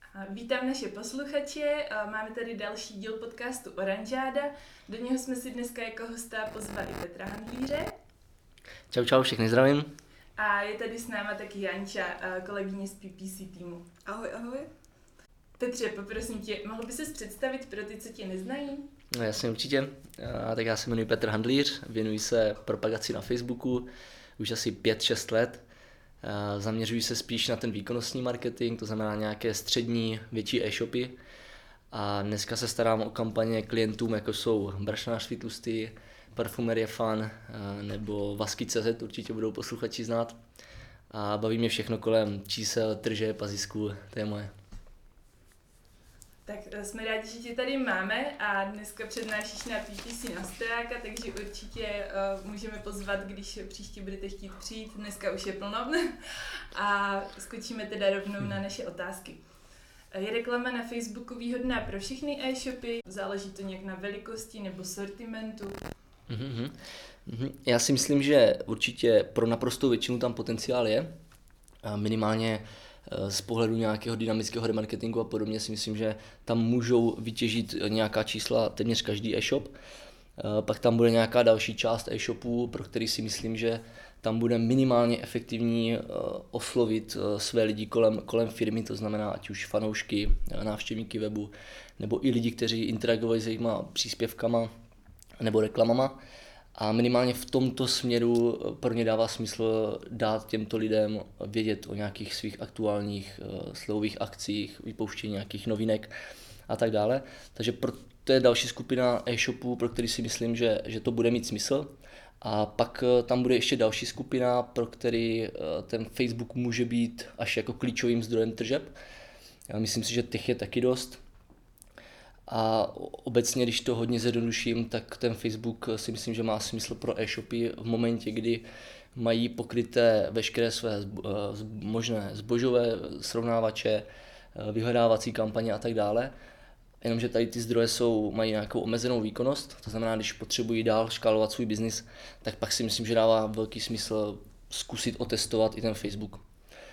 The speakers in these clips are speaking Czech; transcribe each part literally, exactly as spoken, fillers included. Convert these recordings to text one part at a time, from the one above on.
Vítám naše posluchače, máme tady další díl podcastu Oranžáda, do něho jsme si dneska jako hosta pozvali Petra Handlíře. Čau, čau, všechny zdravím. A je tady s náma taky Janča, kolegyně z P P C týmu. Ahoj, ahoj. Petře, poprosím tě, mohl by ses představit pro ty, co tě neznají? No jasně, určitě. A, tak já se jmenuji Petr Handlíř, věnuji se propagaci na Facebooku už asi pět šest let. A, zaměřuji se spíš na ten výkonnostní marketing, to znamená nějaké střední, větší e-shopy. A dneska se starám o kampaně klientům, jako jsou Brašnářství tlustý, Parfumerie Fun nebo Vasky tečka cé zet, určitě budou posluchači znát. A baví mě všechno kolem čísel, tržeb a zisku, to je moje. Tak jsme rádi, že tě tady máme a dneska přednášíš na P P C Nastojáka, takže určitě uh, můžeme pozvat, když příště budete chtít přijít, dneska už je plno. A skočíme teda rovnou na naše otázky. Je reklama na Facebooku výhodná pro všechny e-shopy? Záleží to nějak na velikosti nebo sortimentu? Mm-hmm. Já si myslím, že určitě pro naprostou většinu tam potenciál je. Minimálně z pohledu nějakého dynamického remarketingu a podobně si myslím, že tam můžou vytěžit nějaká čísla téměř každý e-shop. Pak tam bude nějaká další část e-shopů, pro který si myslím, že tam bude minimálně efektivní oslovit své lidi kolem, kolem firmy, to znamená ať už fanoušky, návštěvníky webu, nebo i lidi, kteří interagovali s jejich příspěvkama nebo reklamama. A minimálně v tomto směru pro ně dává smysl dát těmto lidem vědět o nějakých svých aktuálních slevových akcích, vypouštění nějakých novinek a tak dále. Takže pro, to je další skupina e-shopů, pro který si myslím, že, že to bude mít smysl. A pak tam bude ještě další skupina, pro který ten Facebook může být až jako klíčovým zdrojem tržeb. Já myslím si, že těch je taky dost. A obecně, když to hodně zjednoduším, tak ten Facebook si myslím, že má smysl pro e-shopy v momentě, kdy mají pokryté veškeré své možné zbožové srovnávače, vyhledávací kampaně a tak dále. Jenomže tady ty zdroje jsou, mají nějakou omezenou výkonnost, to znamená, když potřebují dál škálovat svůj biznis, tak pak si myslím, že dává velký smysl zkusit otestovat i ten Facebook.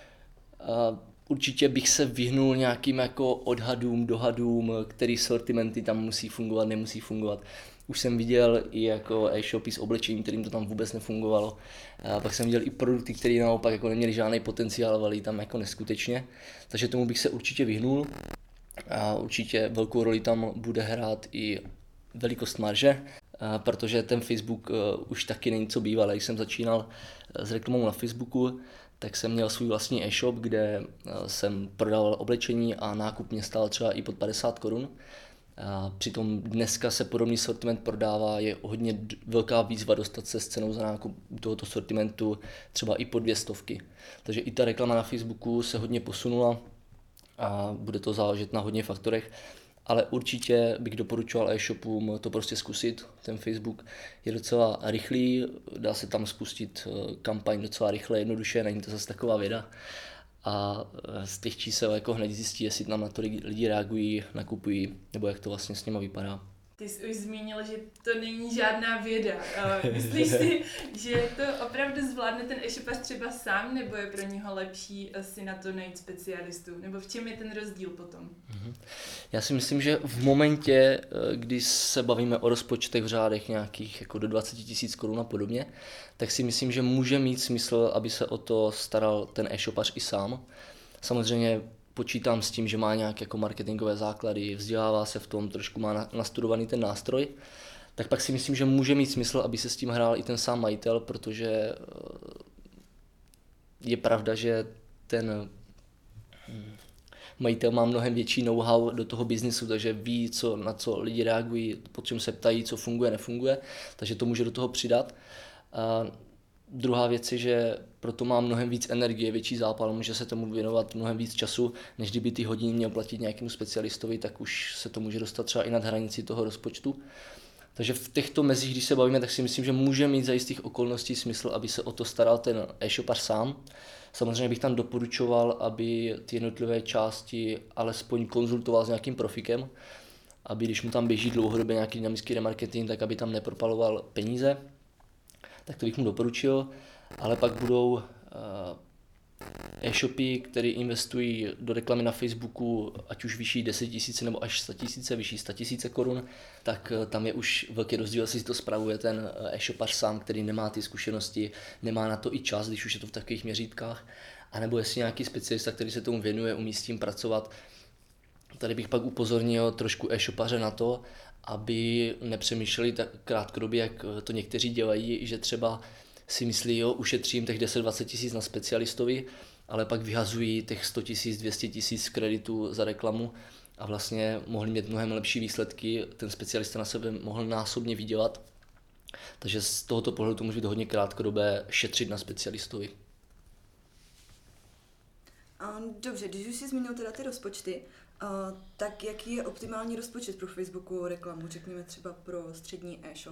A určitě bych se vyhnul nějakým jako odhadům, dohadům, který sortimenty tam musí fungovat, nemusí fungovat. Už jsem viděl i jako e-shopy s oblečením, kterým to tam vůbec nefungovalo. A pak jsem viděl i produkty, které naopak jako neměly žádný potenciál, ale tam jako neskutečně. Takže tomu bych se určitě vyhnul. A určitě velkou roli tam bude hrát i velikost marže, protože ten Facebook už taky není co býval. Když jsem začínal s reklamou na Facebooku, tak jsem měl svůj vlastní e-shop, kde jsem prodával oblečení a nákup mě stál třeba i pod padesát korun. A přitom dneska se podobný sortiment prodává, je hodně velká výzva dostat se s cenou za nákup tohoto sortimentu třeba i po dvě stovky. Takže i ta reklama na Facebooku se hodně posunula a bude to záležet na hodně faktorech. Ale určitě bych doporučoval e-shopům to prostě zkusit. Ten Facebook je docela rychlý, dá se tam spustit kampaň docela rychle, jednoduše, není to zase taková věda. A z těch čísel jako hned zjistí, jestli tam na to lidi reagují, nakupují, nebo jak to vlastně s nima vypadá. Ty jsi už zmínil, že to není žádná věda. Myslíš si, že to opravdu zvládne ten e-shopař třeba sám, nebo je pro něho lepší si na to najít specialistu? Nebo v čem je ten rozdíl potom? Já si myslím, že v momentě, kdy se bavíme o rozpočtech v řádech nějakých jako do dvacet tisíc korun a podobně, tak si myslím, že může mít smysl, aby se o to staral ten e-shopař i sám. Samozřejmě počítám s tím, že má nějaké jako marketingové základy, vzdělává se v tom, trošku má nastudovaný ten nástroj, tak pak si myslím, že může mít smysl, aby se s tím hrál i ten sám majitel, protože je pravda, že ten majitel má mnohem větší know-how do toho biznisu, takže ví, co, na co lidi reagují, po čem se ptají, co funguje, nefunguje, takže to může do toho přidat. A druhá věc je, že proto má mnohem víc energie, větší zápal, může se tomu věnovat mnohem víc času, než kdyby ty hodiny měl platit nějakému specialistovi, tak už se to může dostat třeba i nad hranici toho rozpočtu. Takže v těchto mezích, když se bavíme, tak si myslím, že může mít za jistých okolností smysl, aby se o to staral ten e-shopař sám. Samozřejmě bych tam doporučoval, aby ty jednotlivé části alespoň konzultoval s nějakým profikem, aby když mu tam běží dlouhodobě nějaký dynamický remarketing, tak aby tam nepropaloval peníze. Tak to bych mu doporučil, ale pak budou E-shopy, které investují do reklamy na Facebooku, ať už vyšší deset tisíc nebo až sto tisíc, vyšší sto tisíc korun, tak tam je už velký rozdíl, jestli si to spravuje ten e-shopař sám, který nemá ty zkušenosti, nemá na to i čas, když už je to v takových měřítkách, anebo jestli nějaký specialista, který se tomu věnuje, umí s tím pracovat. Tady bych pak upozornil trošku e-shopaře na to, aby nepřemýšleli tak krátkodobě, jak to někteří dělají, že třeba si myslí, jo, ušetřím těch deset dvacet tisíc na specialistovi, ale pak vyhazují těch sto tisíc, dvě stě tisíc kreditů za reklamu a vlastně mohli mít mnohem lepší výsledky, ten specialista na sebe mohl násobně vydělat. Takže z tohoto pohledu to může být hodně krátkodobé šetřit na specialistovi. Dobře, když už jsi zmínil teda ty rozpočty, tak jaký je optimální rozpočet pro Facebookovou reklamu, řekněme třeba pro střední e-shop?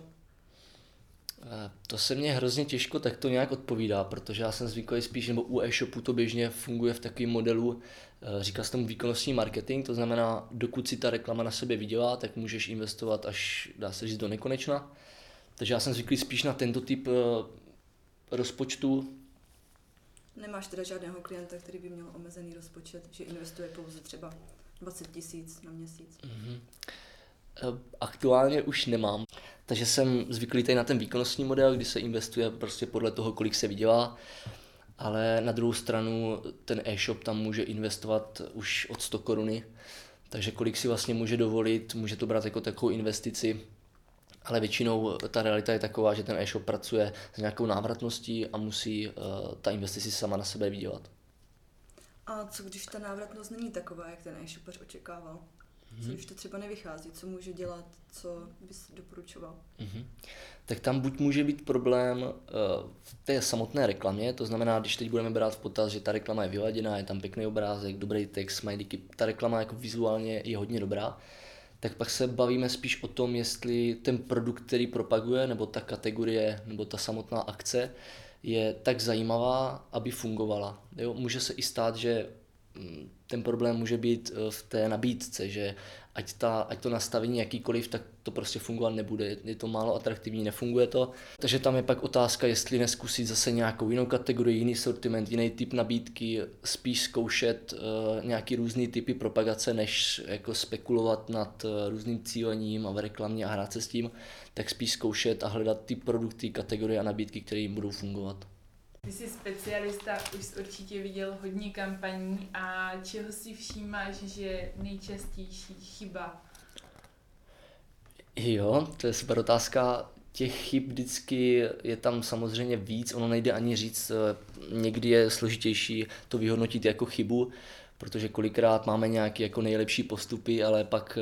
To se mně hrozně těžko tak to nějak odpovídá, protože já jsem zvyklý spíš, nebo u e-shopu to běžně funguje v takovém modelu, říká se tomu výkonnostní marketing, to znamená, dokud si ta reklama na sebe vydělá, tak můžeš investovat až, dá se říct, do nekonečna. Takže já jsem zvyklý spíš na tento typ rozpočtu. Nemáš teda žádného klienta, který by měl omezený rozpočet, že investuje pouze třeba dvacet tisíc na měsíc? Mm-hmm. Aktuálně už nemám, takže jsem zvyklý tady na ten výkonnostní model, kdy se investuje prostě podle toho, kolik se vydělá, ale na druhou stranu ten e-shop tam může investovat už od sto koruny, takže kolik si vlastně může dovolit, může to brát jako takovou investici, ale většinou ta realita je taková, že ten e-shop pracuje s nějakou návratností a musí uh, ta investice sama na sebe vydělat. A co když ta návratnost není taková, jak ten e-shopař očekával? Co když to třeba nevychází, co může dělat, co bys doporučoval? Mm-hmm. Tak tam buď může být problém uh, v té samotné reklamě, to znamená, když teď budeme brát v potaz, že ta reklama je vyladěná, je tam pěkný obrázek, dobrý text, smajlíky, ta reklama jako vizuálně je hodně dobrá, tak pak se bavíme spíš o tom, jestli ten produkt, který propaguje, nebo ta kategorie, nebo ta samotná akce je tak zajímavá, aby fungovala. Jo? Může se i stát, že ten problém může být v té nabídce, že ať, ta, ať to nastavení jakýkoliv, tak to prostě fungovat nebude. Je to málo atraktivní, nefunguje to. Takže tam je pak otázka, jestli neskusit zase nějakou jinou kategorii, jiný sortiment, jiný typ nabídky, spíš zkoušet uh, nějaký různý typy propagace, než jako spekulovat nad uh, různým cílením a v reklamě a hrát se s tím, tak spíš zkoušet a hledat ty produkty, kategorie a nabídky, které jim budou fungovat. Ty jsi specialista, už jsi určitě viděl hodně kampaní a čeho si všímáš, že je nejčastější chyba? Jo, to je super otázka. Těch chyb vždycky je tam samozřejmě víc, ono nejde ani říct, někdy je složitější to vyhodnotit jako chybu, protože kolikrát máme nějaké jako nejlepší postupy, ale pak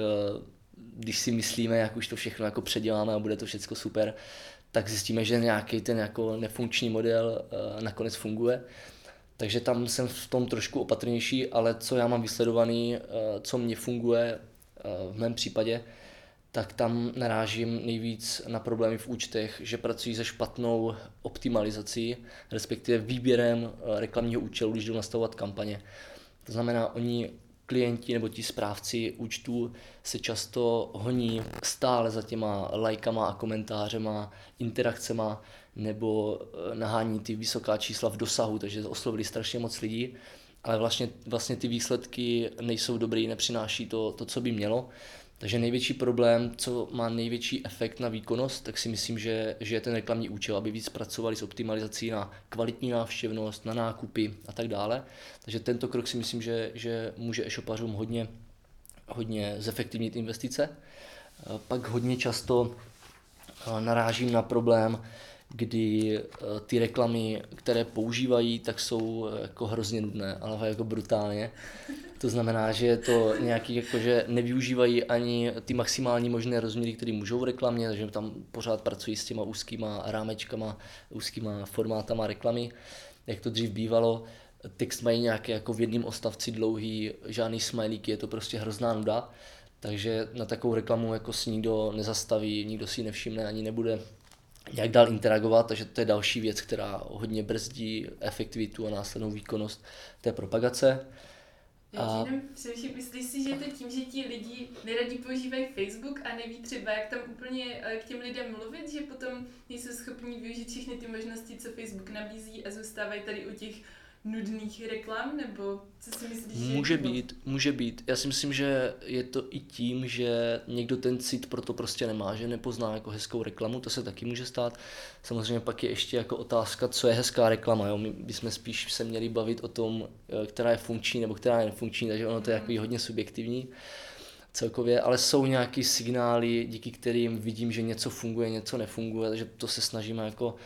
když si myslíme, jak už to všechno jako předěláme a bude to všechno super, tak zjistíme, že nějaký ten jako nefunkční model uh, nakonec funguje. Takže tam jsem v tom trošku opatrnější, ale co já mám vysledovaný, uh, co mně funguje uh, v mém případě, tak tam narážím nejvíc na problémy v účtech, že pracují se špatnou optimalizací, respektive výběrem uh, reklamního účelu, když jdou nastavovat kampaně. To znamená, oni klienti nebo ti správci účtů se často honí stále za těma lajkama a komentářema, interakcema nebo nahání ty vysoká čísla v dosahu, takže oslovili strašně moc lidí, ale vlastně, vlastně ty výsledky nejsou dobrý, nepřináší to, to, co by mělo. Takže největší problém, co má největší efekt na výkonnost, tak si myslím, že, že je ten reklamní účel, aby víc pracovali s optimalizací na kvalitní návštěvnost, na nákupy a tak dále. Takže tento krok si myslím, že, že může e-shopařům hodně, hodně zefektivnit investice. Pak hodně často narážím na problém, kdy ty reklamy, které používají, tak jsou jako hrozně nudné, ale jako brutálně. To znamená, že je to nějaký, jakože nevyužívají ani ty maximální možné rozměry, které můžou v reklamě, takže tam pořád pracují s těma úzkýma rámečkama, úzkýma formátama reklamy, jak to dřív bývalo. Text mají nějaké jako v jednom odstavci dlouhý, žádný smajlíky, je to prostě hrozná nuda, takže na takovou reklamu jako si nikdo nezastaví, nikdo si ji nevšimne, ani nebude nějak dál interagovat, takže to je další věc, která hodně brzdí efektivitu a následnou výkonnost té propagace. A... Především myslíš si, že je to tím, že ti lidi neradi používají Facebook a neví třeba, jak tam úplně k těm lidem mluvit, že potom nejsou schopní využít všechny ty možnosti, co Facebook nabízí a zůstávají tady u těch nudných reklam, nebo co si myslíš? Může být, může být. Já si myslím, že je to i tím, že někdo ten cit pro to prostě nemá, že nepozná jako hezkou reklamu, to se taky může stát. Samozřejmě pak je ještě jako otázka, co je hezká reklama. Jo? My bychom spíš se měli bavit o tom, která je funkční nebo která je nefunkční, takže ono to je jako hodně subjektivní celkově, ale jsou nějaký signály, díky kterým vidím, že něco funguje, něco nefunguje, takže to se snažíme jako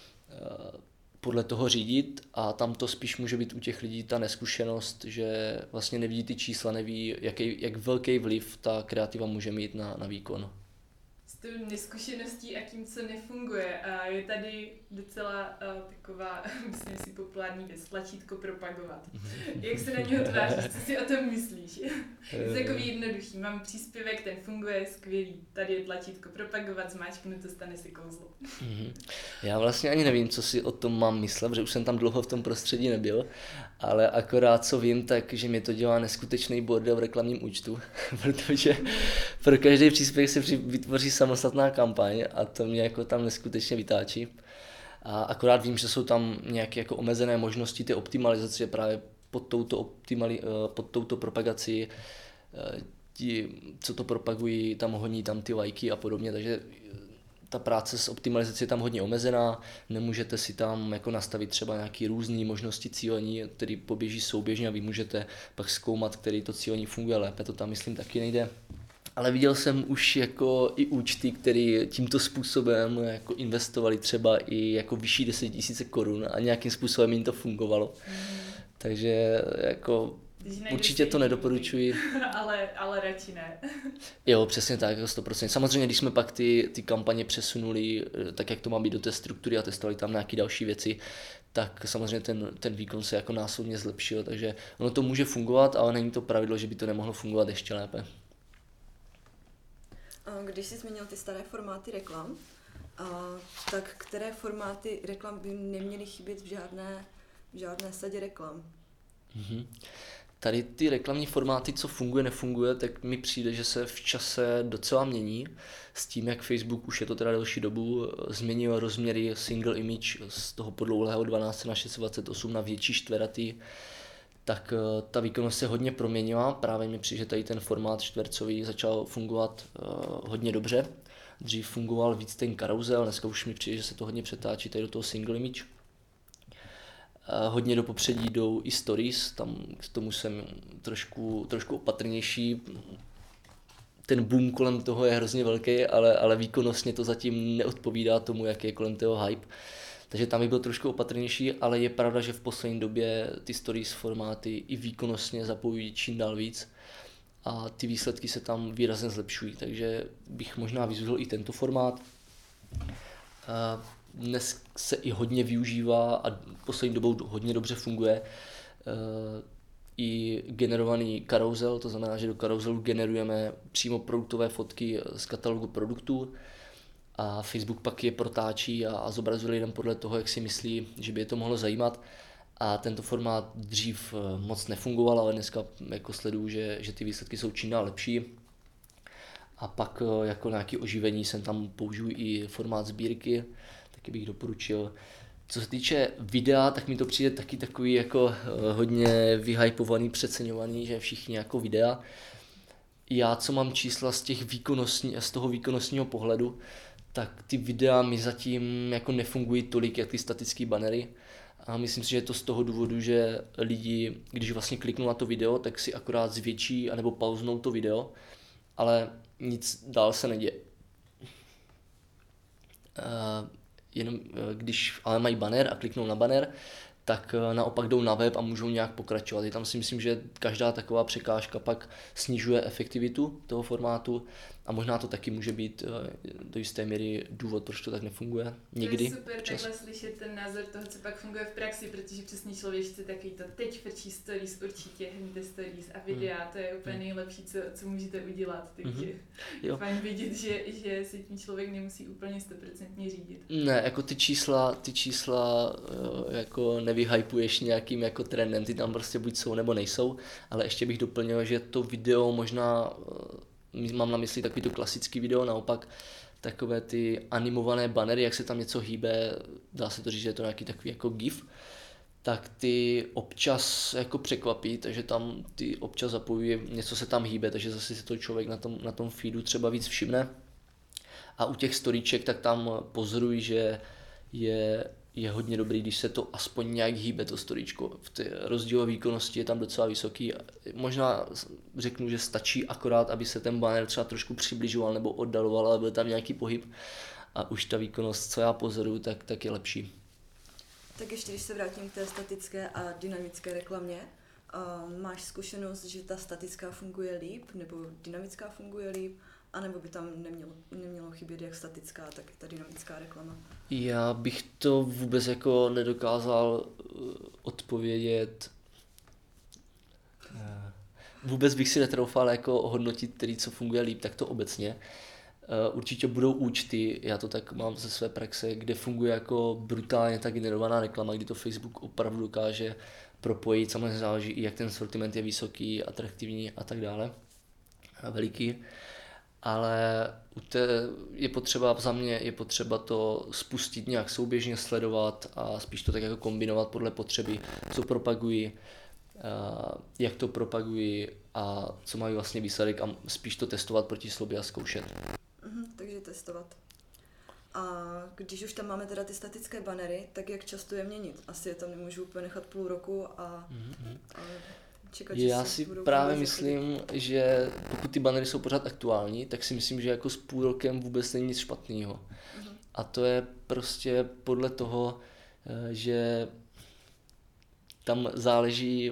podle toho řídit a tam to spíš může být u těch lidí ta neskušenost, že vlastně nevidí ty čísla, neví, jaký, jak velký vliv ta kreativa může mít na, na výkon. S tou neskušeností a tím, co nefunguje. A je tady docela uh, taková, myslím si, populární věc, tlačítko propagovat. Jak se na něho tváříš, co si o tom myslíš? Je to takový jednoduchý, mám příspěvek, ten funguje, skvělý. Tady je tlačítko propagovat, zmáčknu to, stane si kouzlo. Já vlastně ani nevím, co si o tom mám myslet, protože už jsem tam dlouho v tom prostředí nebyl, ale akorát co vím, tak že mi to dělá neskutečný bordel v reklamním účtu, protože pro každý příspěvek se vytvoří samostatná kampaň a to mě jako tam neskutečně vytáčí. A akorát vím, že jsou tam nějaké jako omezené možnosti ty optimalizace právě pod touto, optimali, pod touto propagací ti, co to propagují, tam honí tam ty lajky a podobně, takže ta práce s optimalizací je tam hodně omezená, nemůžete si tam jako nastavit třeba nějaké různé možnosti cílení, které poběží souběžně a vy můžete pak zkoumat, který to cílení funguje lépe, to tam myslím taky nejde. Ale viděl jsem už jako i účty, které tímto způsobem jako investovali třeba i jako vyšší deset tisíc korun a nějakým způsobem jim to fungovalo. Mm. Takže jako určitě to nedoporučuji. ale, ale radši ne. Jo, přesně tak, sto procent. Samozřejmě, když jsme pak ty, ty kampaně přesunuli, tak jak to má být do té struktury a testovali tam nějaké další věci, tak samozřejmě ten, ten výkon se jako násobně zlepšil, takže ono to může fungovat, ale není to pravidlo, že by to nemohlo fungovat ještě lépe. Když jsi zmínil ty staré formáty reklam, tak které formáty reklam by neměly chybět v žádné, v žádné sadě reklam? Mm-hmm. Tady ty reklamní formáty, co funguje, nefunguje, tak mi přijde, že se v čase docela mění. S tím, jak Facebook už je to teda delší dobu, změnil rozměry single image z toho podlouhlého dvanáct na šest set dvacet osm na větší čtveratý, tak ta výkonnost se hodně proměnila. Právě mi přijde, že tady ten formát čtvercový začal fungovat uh, hodně dobře. Dřív fungoval víc ten karuzel, dneska už mi přijde, že se to hodně přetáčí tady do toho single image. Uh, hodně do popředí jdou i stories, tam k tomu jsem trošku, trošku opatrnější. Ten boom kolem toho je hrozně velký, ale, ale výkonnostně to zatím neodpovídá tomu, jak je kolem toho hype. Takže tam bych byl trošku opatrnější, ale je pravda, že v poslední době ty stories formáty i výkonnostně zapojují čím dál víc a ty výsledky se tam výrazně zlepšují, takže bych možná vyzvihl i tento formát. Dnes se i hodně využívá a poslední dobou hodně dobře funguje i generovaný karuzel, to znamená, že do karuzelu generujeme přímo produktové fotky z katalogu produktů a Facebook pak je protáčí a, a zobrazuje lidem podle toho, jak si myslí, že by je to mohlo zajímat. A tento formát dřív moc nefungoval, ale dneska jako sleduju, že, že ty výsledky jsou čím dál lepší. A pak jako nějaké oživení jsem tam použiju i formát sbírky, taky bych doporučil. Co se týče videa, tak mi to přijde taky takový jako hodně vyhypovaný, přeceňovaný, že všichni jako videa. Já, co mám čísla z, těch výkonnostní, z toho výkonnostního pohledu, tak ty videa mi zatím jako nefungují tolik, jak ty statické bannery. A myslím si, že je to z toho důvodu, že lidi, když vlastně kliknou na to video, tak si akorát zvětší anebo pauznou to video, ale nic dál se neděje. Uh, jenom když ale mají banner a kliknou na banner, tak naopak jdou na web a můžou nějak pokračovat. I tam si myslím, že každá taková překážka pak snižuje efektivitu toho formátu a možná to taky může být do jisté míry důvod, proč to tak nefunguje někdy. To je super takhle slyšet ten názor toho, co pak funguje v praxi, protože přesně člověk chce takový to teď frčí stories, určitě hrňte stories a videa, hmm. to je úplně nejlepší, co, co můžete udělat, takže je hmm. fajn vidět, že, že si tím člověk nemusí úplně stoprocentně řídit. Ne, jako ty čísla, ty čísla jako nevyhypuješ nějakým jako trendem, ty tam prostě buď jsou nebo nejsou, ale ještě bych doplnil, že to video možná, mám na mysli takový to klasický video, naopak takové ty animované bannery, jak se tam něco hýbe, dá se to říct, že je to nějaký takový jako gif, tak ty občas jako překvapí, takže tam ty občas zapojí, něco se tam hýbe, takže zase si to člověk na tom, na tom feedu třeba víc všimne. A u těch storíček tak tam pozoruji, že je, je hodně dobrý, když se to aspoň nějak hýbe, to storíčko. V té rozdílové výkonnosti je tam docela vysoký. Možná řeknu, že stačí akorát, aby se ten banner třeba trošku přibližoval nebo oddaloval, ale byl tam nějaký pohyb a už ta výkonnost, co já pozoruju, tak, tak je lepší. Tak ještě když se vrátím k té statické a dynamické reklamě, uh, máš zkušenost, že ta statická funguje líp, nebo dynamická funguje líp, anebo by tam nemělo, nemělo chybět jak statická, tak i ta dynamická reklama? Já bych to vůbec jako nedokázal odpovědět. Vůbec bych si netroufal jako hodnotit, který co funguje líp, tak to obecně. Určitě budou účty, já to tak mám ze své praxe, kde funguje jako brutálně ta generovaná reklama, kdy to Facebook opravdu dokáže propojit, samozřejmě záleží i jak ten sortiment je vysoký, atraktivní a tak dále, a veliký. Ale u té je potřeba, za mě je potřeba to spustit nějak souběžně sledovat a spíš to tak jako kombinovat podle potřeby, co propagují, jak to propagují a co mají vlastně výsledek a spíš to testovat proti sobě a zkoušet. Mhm, takže testovat. A když už tam máme teda ty statické banery, tak jak často je měnit? Asi je tam nemůžu úplně nechat půl roku a, mm-hmm. a čekat, že Já si právě myslím, že pokud ty banery jsou pořád aktuální, tak si myslím, že jako s půl rokem vůbec není nic špatného. Mm-hmm. A to je prostě podle toho, že tam záleží,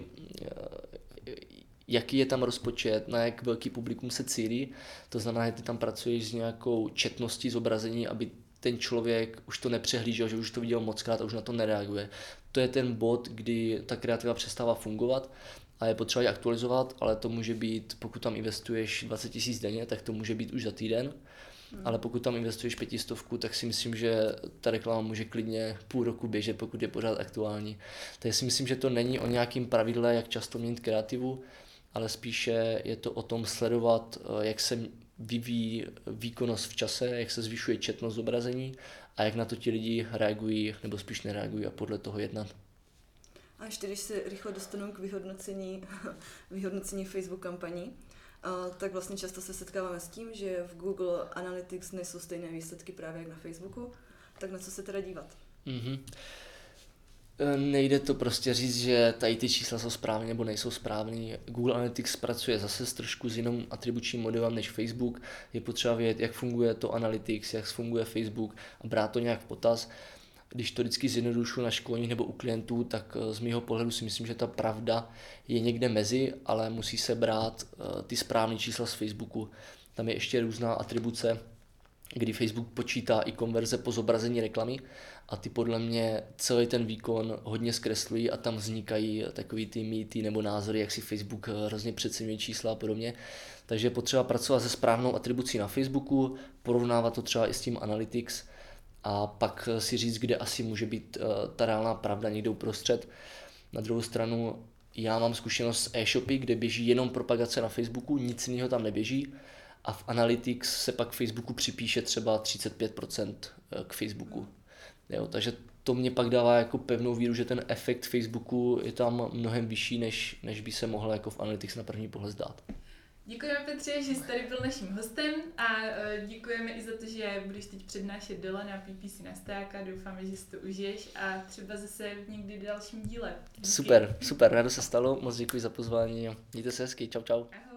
jaký je tam rozpočet, na jak velký publikum se cílí. To znamená, že ty tam pracuješ s nějakou četností zobrazení, aby ten člověk už to nepřehlížel, že už to viděl mockrát a už na to nereaguje. To je ten bod, kdy ta kreativa přestává fungovat a je potřeba ji aktualizovat, ale to může být, pokud tam investuješ dvacet tisíc denně, tak to může být už za týden. Hmm. Ale pokud tam investuješ pětistovku, tak si myslím, že ta reklama může klidně půl roku běžet, pokud je pořád aktuální. Takže si myslím, že to není o nějakým pravidle, jak často měnit kreativu, ale spíše je to o tom sledovat, jak se vyvíjí výkonnost v čase, jak se zvyšuje četnost zobrazení a jak na to ti lidi reagují nebo spíš nereagují a podle toho jednat. A ještě když se rychle dostanu k vyhodnocení, vyhodnocení Facebook kampaní, Uh, tak vlastně často se setkáváme s tím, že v Google Analytics nejsou stejné výsledky právě jak na Facebooku. Tak na co se teda dívat? Mm-hmm. Nejde to prostě říct, že tady ty čísla jsou správné nebo nejsou správné. Google Analytics pracuje zase s trošku s jiným atribučním modelem než Facebook. Je potřeba vědět, jak funguje to Analytics, jak funguje Facebook a brát to nějak v potaz. Když to vždycky zjednodušuji na školních nebo u klientů, tak z mého pohledu si myslím, že ta pravda je někde mezi, ale musí se brát ty správné čísla z Facebooku. Tam je ještě různá atribuce, kdy Facebook počítá i konverze po zobrazení reklamy a ty podle mě celý ten výkon hodně zkreslují a tam vznikají takový ty mýty nebo názory, jak si Facebook hrozně přeceňuje čísla a podobně. Takže je potřeba pracovat se správnou atribucí na Facebooku, porovnávat to třeba i s tím Analytics, a pak si říct, kde asi může být uh, ta reálná pravda někde uprostřed. Na druhou stranu já mám zkušenost s e-shopy, kde běží jenom propagace na Facebooku, nic jiného tam neběží a v Analytics se pak Facebooku připíše třeba třicet pět procent k Facebooku. Jo, takže to mě pak dává jako pevnou víru, že ten efekt Facebooku je tam mnohem vyšší, než, než by se mohl jako v Analytics na první pohled zdát. Děkujeme, Petře, že jsi tady byl naším hostem a děkujeme i za to, že budeš teď přednášet dole na P P C na Stojáka. Doufáme, že si to užiješ a třeba zase někdy v dalším díle. Díky. Super, super, rádo se stalo, moc děkuji za pozvání a mějte se hezky, čau čau. Ahoj.